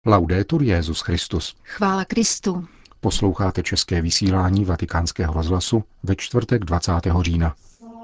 Laudetur Jesus Christus. Chvála Kristu. Posloucháte české vysílání Vatikánského rozhlasu ve čtvrtek 20. října.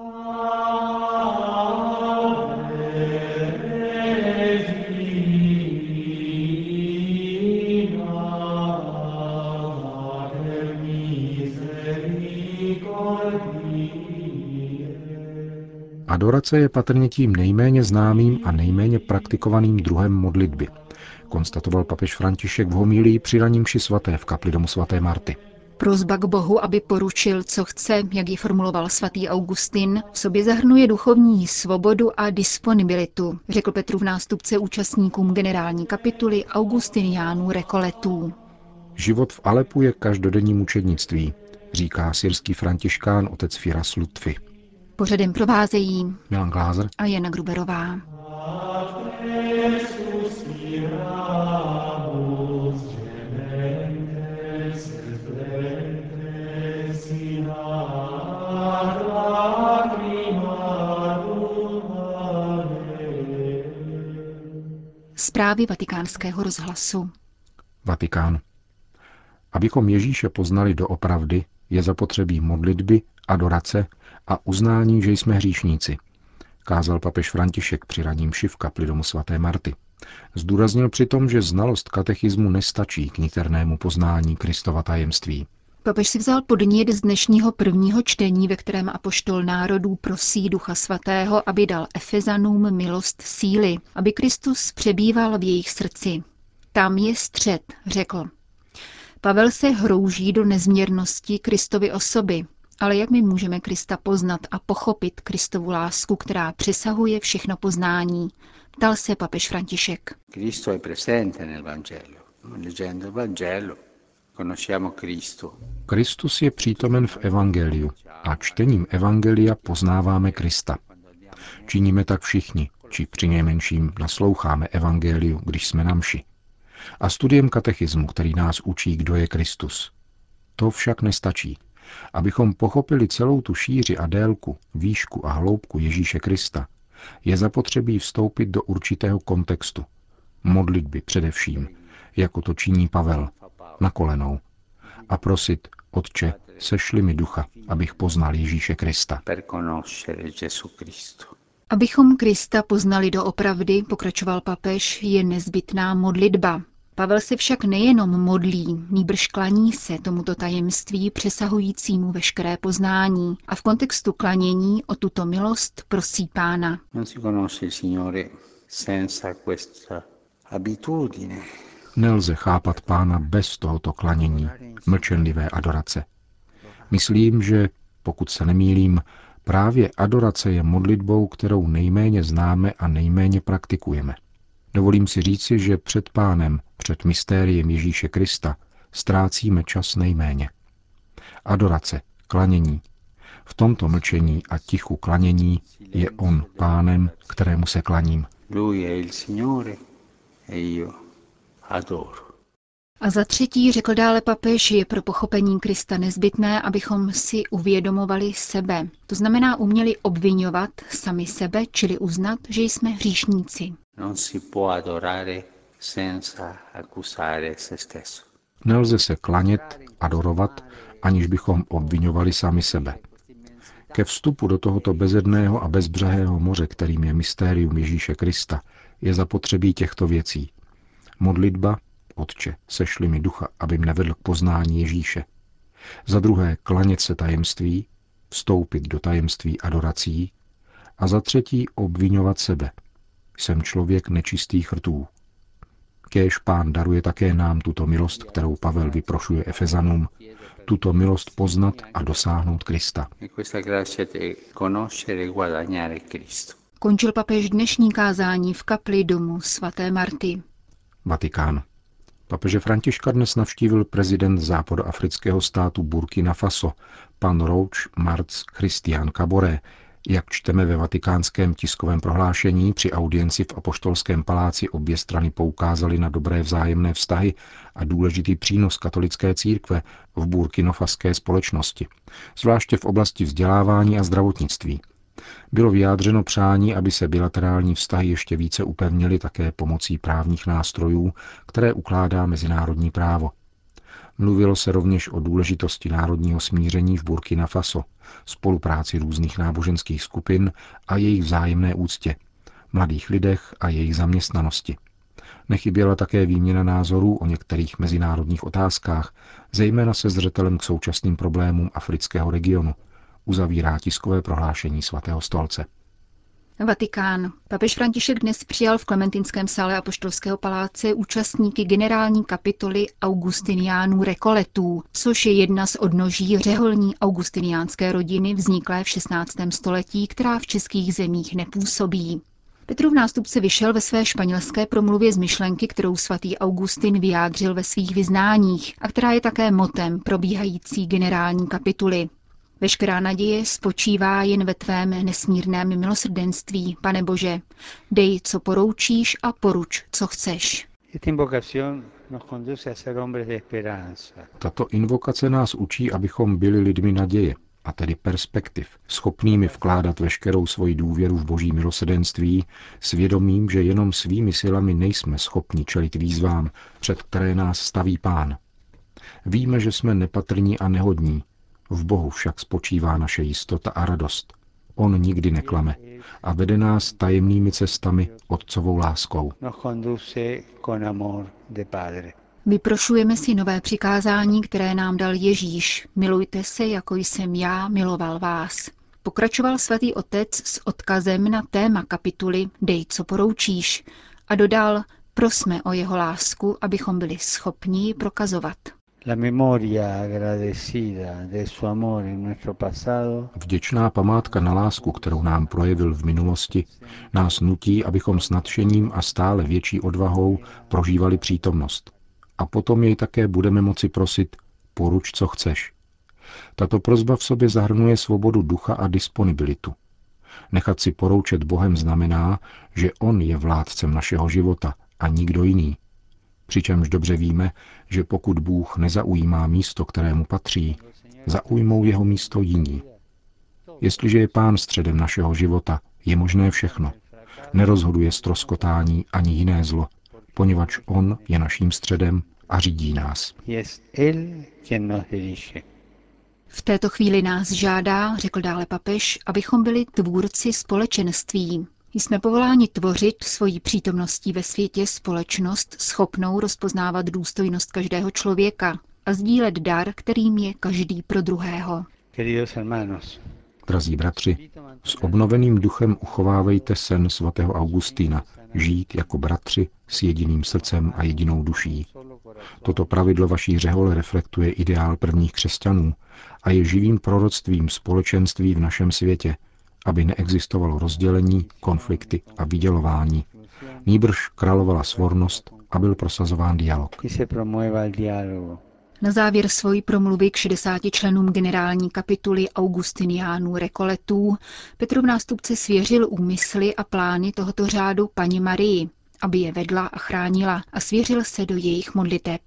Adorace je patrně tím nejméně známým a nejméně praktikovaným druhem modlitby, konstatoval papež František v homílii při raní mši svaté v kapli domu svaté Marty. Prosba k Bohu, aby poručil, co chce, jak ji formuloval svatý Augustin, v sobě zahrnuje duchovní svobodu a disponibilitu, řekl Petrův nástupce účastníkům generální kapituly Augustiniánů Rekoletů. Život v Alepu je každodenní mučednictví, říká syrský františkán otec Firas Lutfi. Pořadem provázejí Milan Glázer a Jana Gruberová. Zprávy Vatikánského rozhlasu. Vatikán. Abychom Ježíše poznali doopravdy, je zapotřebí modlitby, adorace a uznání, že jsme hříšníci, kázal papež František při raní mši v kapli domu svaté Marty. Zdůraznil přitom, že znalost katechismu nestačí k niternému poznání Kristova tajemství. Papež si vzal podnět z dnešního prvního čtení, ve kterém apoštol národů prosí Ducha Svatého, aby dal Efezanům milost síly, aby Kristus přebýval v jejich srdci. Tam je střed, řekl. Pavel se hrouží do nezměrnosti Kristovy osoby, ale jak my můžeme Krista poznat a pochopit Kristovu lásku, která přesahuje všechno poznání? Ptal se papež František. Cristo è presente nel Vangelo. Leggendo il Vangelo conosciamo Cristo. Kristus je přítomen v evangeliu a čtením evangelia poznáváme Krista. Činíme tak všichni, či přinejmenším nasloucháme evangeliu, když jsme na mši. A studiem katechismu, který nás učí, kdo je Kristus. To však nestačí. Abychom pochopili celou tu šíři a délku, výšku a hloubku Ježíše Krista, je zapotřebí vstoupit do určitého kontextu. Modlitby především, jako to činí Pavel, na kolenou. A prosit, Otče, sešli mi ducha, abych poznal Ježíše Krista. Abychom Krista poznali doopravdy, pokračoval papež, je nezbytná modlitba. Pavel se však nejenom modlí, nýbrž klaní se tomuto tajemství přesahujícímu veškeré poznání a v kontextu klanění o tuto milost prosí Pána. Nelze chápat Pána bez tohoto klanění, mlčenlivé adorace. Myslím, že, pokud se nemýlím, právě adorace je modlitbou, kterou nejméně známe a nejméně praktikujeme. Dovolím si říci, že před Pánem, před mystériem Ježíše Krista, ztrácíme čas nejméně. Adorace, klanění. V tomto mlčení a tichu klanění je on Pánem, kterému se klaním. A za třetí, řekl dále papež, je pro pochopení Krista nezbytné, abychom si uvědomovali sebe. To znamená uměli obviňovat sami sebe, čili uznat, že jsme hříšníci. Nelze se klanět, adorovat, aniž bychom obviňovali sami sebe. Ke vstupu do tohoto bezedného a bezbřehého moře, kterým je mystérium Ježíše Krista, je zapotřebí těchto věcí. Modlitba, Otče, sešli mi ducha, aby mne vedl k poznání Ježíše. Za druhé, klanět se tajemství, vstoupit do tajemství adorací. A za třetí, obviňovat sebe. Jsem člověk nečistých rtů. Kéž Pán daruje také nám tuto milost, kterou Pavel vyprošuje Efezanům, tuto milost poznat a dosáhnout Krista. Končil papež dnešní kázání v kapli domu svaté Marty. Vatikán. Papeže Františka dnes navštívil prezident západoafrického státu Burkina Faso, pan Roch Marc Christian Kaboré, jak čteme ve vatikánském tiskovém prohlášení. Při audienci v Apoštolském paláci obě strany poukázaly na dobré vzájemné vztahy a důležitý přínos katolické církve v burkinofaské společnosti, zvláště v oblasti vzdělávání a zdravotnictví. Bylo vyjádřeno přání, aby se bilaterální vztahy ještě více upevnily také pomocí právních nástrojů, které ukládá mezinárodní právo. Mluvilo se rovněž o důležitosti národního smíření v Burkina Faso, spolupráci různých náboženských skupin a jejich vzájemné úctě, mladých lidech a jejich zaměstnanosti. Nechyběla také výměna názorů o některých mezinárodních otázkách, zejména se zřetelem k současným problémům afrického regionu, uzavírá tiskové prohlášení svatého stolce. Vatikán. Papež František dnes přijal v Klementinském sále Apoštolského paláce účastníky generální kapituly Augustiniánů Recolletů, což je jedna z odnoží řeholní augustiniánské rodiny vzniklé v 16. století, která v českých zemích nepůsobí. Petrův nástupce vyšel ve své španělské promluvě z myšlenky, kterou svatý Augustin vyjádřil ve svých vyznáních a která je také motem probíhající generální kapituly. Veškerá naděje spočívá jen ve tvém nesmírném milosrdenství, Pane Bože. Dej, co poroučíš a poruč, co chceš. Tato invokace nás učí, abychom byli lidmi naděje, a tedy perspektiv, schopnými vkládat veškerou svoji důvěru v Boží milosrdenství, svědomím, že jenom svými silami nejsme schopni čelit výzvám, před které nás staví Pán. Víme, že jsme nepatrní a nehodní, v Bohu však spočívá naše jistota a radost. On nikdy neklame a vede nás tajemnými cestami otcovou láskou. Vyprošujeme si nové přikázání, které nám dal Ježíš. Milujte se, jako jsem já miloval vás. Pokračoval svatý otec s odkazem na téma kapituly Dej, co poroučíš a dodal, prosme o jeho lásku, abychom byli schopni ji prokazovat. Vděčná památka na lásku, kterou nám projevil v minulosti, nás nutí, abychom s nadšením a stále větší odvahou prožívali přítomnost. A potom jej také budeme moci prosit, poruč, co chceš. Tato prosba v sobě zahrnuje svobodu ducha a disponibilitu. Nechat si poroučet Bohem znamená, že On je vládcem našeho života a nikdo jiný. Přičemž dobře víme, že pokud Bůh nezaujímá místo, kterému patří, zaujmou jeho místo jiní. Jestliže je Pán středem našeho života, je možné všechno. Nerozhoduje ztroskotání ani jiné zlo, poněvadž On je naším středem a řídí nás. V této chvíli nás žádá, řekl dále papež, abychom byli tvůrci společenství. Jsme povoláni tvořit svojí přítomností ve světě společnost schopnou rozpoznávat důstojnost každého člověka a sdílet dar, kterým je každý pro druhého. Drazí bratři, s obnoveným duchem uchovávejte sen svatého Augustína, žít jako bratři s jediným srdcem a jedinou duší. Toto pravidlo vaší řehole reflektuje ideál prvních křesťanů a je živým proroctvím společenství v našem světě, aby neexistovalo rozdělení, konflikty a vydělování. Nýbrž královala svornost a byl prosazován dialog. Na závěr svojí promluvy k 60 členům generální kapituly Augustiniánů Recolletů Petrův nástupce svěřil úmysly a plány tohoto řádu Panně Marii, aby je vedla a chránila, a svěřil se do jejich modliteb.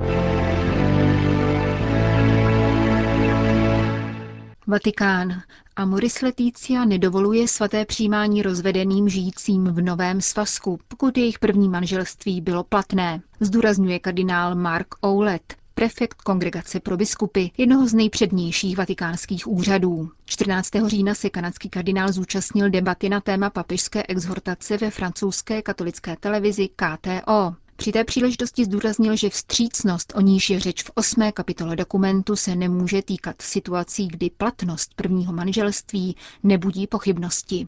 Vatikán. Amoris Laetitia nedovoluje svaté přijímání rozvedeným žijícím v novém svazku, pokud jejich první manželství bylo platné, zdůrazňuje kardinál Mark Ouellet, prefekt Kongregace pro biskupy, jednoho z nejpřednějších vatikánských úřadů. 14. října se kanadský kardinál zúčastnil debaty na téma papežské exhortace ve francouzské katolické televizi KTO. Při té příležitosti zdůraznil, že vstřícnost, o níž je řeč v 8. kapitole dokumentu, se nemůže týkat situací, kdy platnost prvního manželství nebudí pochybnosti.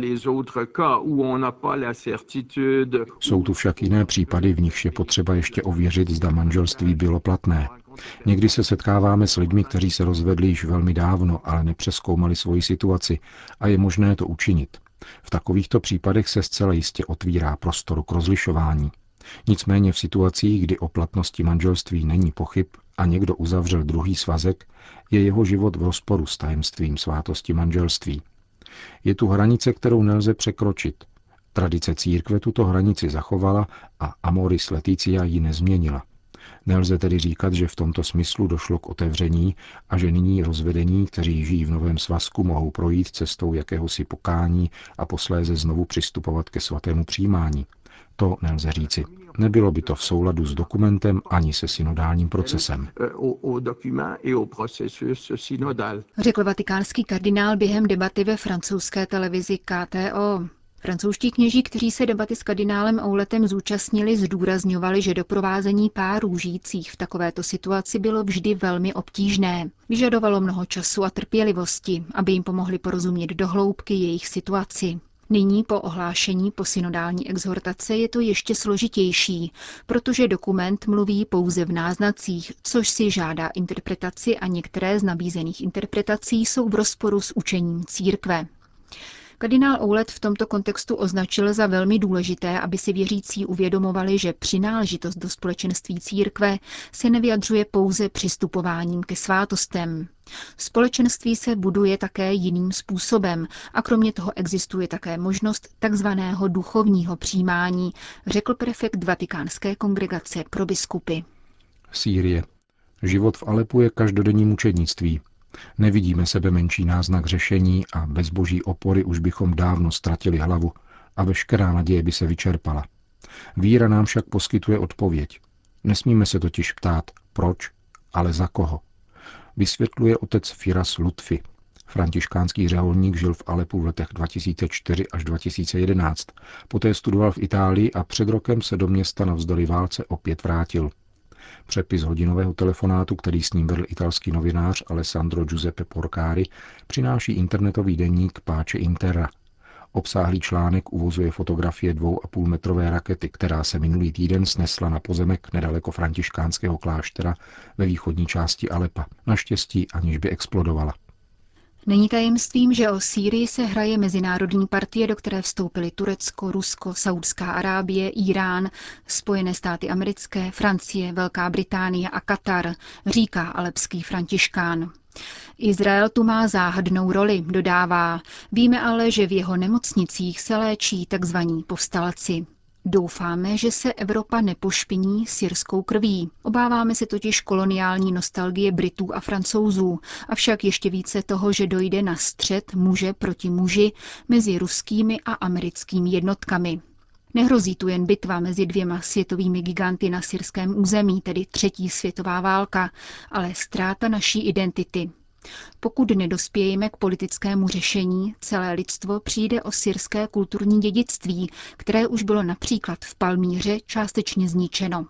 Jsou tu však jiné případy, v nichž je potřeba ještě ověřit, zda manželství bylo platné. Někdy se setkáváme s lidmi, kteří se rozvedli již velmi dávno, ale nepřezkoumali svoji situaci a je možné to učinit. V takovýchto případech se zcela jistě otvírá prostor k rozlišování. Nicméně v situacích, kdy o platnosti manželství není pochyb a někdo uzavřel druhý svazek, je jeho život v rozporu s tajemstvím svátosti manželství. Je tu hranice, kterou nelze překročit. Tradice církve tuto hranici zachovala a Amoris Laetitia ji nezměnila. Nelze tedy říkat, že v tomto smyslu došlo k otevření a že nyní rozvedení, kteří žijí v novém svazku, mohou projít cestou jakéhosi pokání a posléze znovu přistupovat ke svatému přijímání. To nelze říci. Nebylo by to v souladu s dokumentem ani se synodálním procesem. Řekl vatikánský kardinál během debaty ve francouzské televizi KTO. Francouzští kněží, kteří se debaty s kardinálem Ouletem zúčastnili, zdůrazňovali, že doprovázení párů žijících v takovéto situaci bylo vždy velmi obtížné. Vyžadovalo mnoho času a trpělivosti, aby jim pomohli porozumět do hloubky jejich situaci. Nyní po ohlášení posynodální exhortace je to ještě složitější, protože dokument mluví pouze v náznacích, což si žádá interpretaci a některé z nabízených interpretací jsou v rozporu s učením církve. Kardinál Oulet v tomto kontextu označil za velmi důležité, aby si věřící uvědomovali, že přináležitost do společenství církve se nevyjadřuje pouze přistupováním ke svátostem. Společenství se buduje také jiným způsobem a kromě toho existuje také možnost takzvaného duchovního přijímání, řekl prefekt Vatikánské kongregace pro biskupy. Sýrie. Život v Alepu je každodenní mučednictví. Nevidíme sebe menší náznak řešení a bez boží opory už bychom dávno ztratili hlavu a veškerá naděje by se vyčerpala. Víra nám však poskytuje odpověď. Nesmíme se totiž ptát, proč, ale za koho. Vysvětluje otec Firas Lutfi. Františkánský řeholník žil v Alepu v letech 2004 až 2011. Poté studoval v Itálii a před rokem se do města navzdory válce opět vrátil. Přepis hodinového telefonátu, který s ním vedl italský novinář Alessandro Giuseppe Porcari, přináší internetový deník Pace in Terra. Obsáhlý článek uvozuje fotografie 2,5metrové rakety, která se minulý týden snesla na pozemek nedaleko františkánského kláštera ve východní části Alepa. Naštěstí aniž by explodovala. Není tajemstvím, že o Sýrii se hraje mezinárodní partie, do které vstoupily Turecko, Rusko, Saudská Arábie, Irán, Spojené státy americké, Francie, Velká Británie a Katar, říká alepský františkán. Izrael tu má záhadnou roli, dodává. Víme ale, že v jeho nemocnicích se léčí tzv. Povstalci. Doufáme, že se Evropa nepošpiní syrskou krví. Obáváme se totiž koloniální nostalgie Britů a Francouzů, avšak ještě více toho, že dojde na střet muže proti muži mezi ruskými a americkými jednotkami. Nehrozí tu jen bitva mezi dvěma světovými giganty na syrském území, tedy třetí světová válka, ale ztráta naší identity. Pokud nedospějeme k politickému řešení, celé lidstvo přijde o syrské kulturní dědictví, které už bylo například v Palmíře částečně zničeno.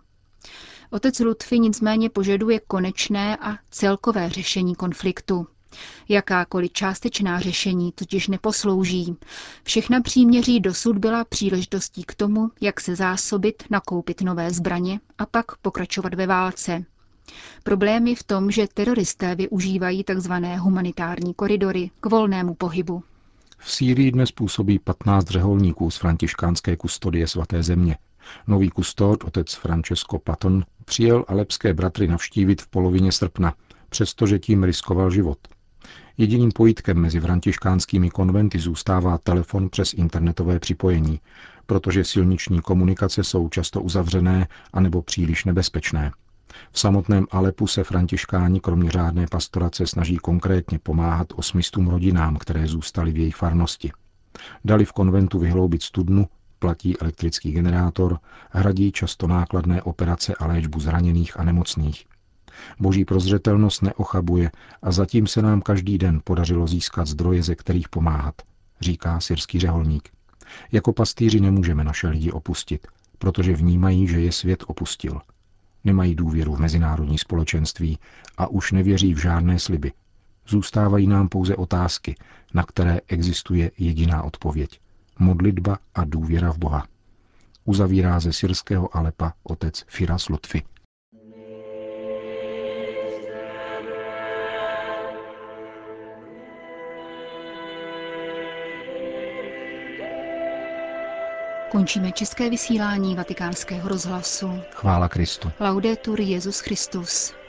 Otec Lutfi nicméně požaduje konečné a celkové řešení konfliktu. Jakákoliv částečná řešení totiž neposlouží. Všechna příměří dosud byla příležitostí k tomu, jak se zásobit, nakoupit nové zbraně a pak pokračovat ve válce. Problém je v tom, že teroristé využívají tzv. Humanitární koridory k volnému pohybu. V Sýrii dnes působí 15 řeholníků z františkánské kustodie svaté země. Nový kustod, otec Francesco Patton, přijel alepské bratry navštívit v polovině srpna, přestože tím riskoval život. Jediným pojitkem mezi františkánskými konventy zůstává telefon přes internetové připojení, protože silniční komunikace jsou často uzavřené anebo příliš nebezpečné. V samotném Alepu se františkáni kromě řádné pastorace snaží konkrétně pomáhat 800 rodinám, které zůstaly v jejich farnosti. Dali v konventu vyhloubit studnu, platí elektrický generátor, hradí často nákladné operace a léčbu zraněných a nemocných. Boží prozřetelnost neochabuje a zatím se nám každý den podařilo získat zdroje, ze kterých pomáhat, říká syrský řeholník. Jako pastýři nemůžeme naše lidi opustit, protože vnímají, že je svět opustil. Nemají důvěru v mezinárodní společenství a už nevěří v žádné sliby. Zůstávají nám pouze otázky, na které existuje jediná odpověď. Modlitba a důvěra v Boha. Uzavírá ze syrského Alepa otec Firas Lutfi. Končíme české vysílání Vatikánského rozhlasu. Chvála Kristu. Laudetur Jesus Christus.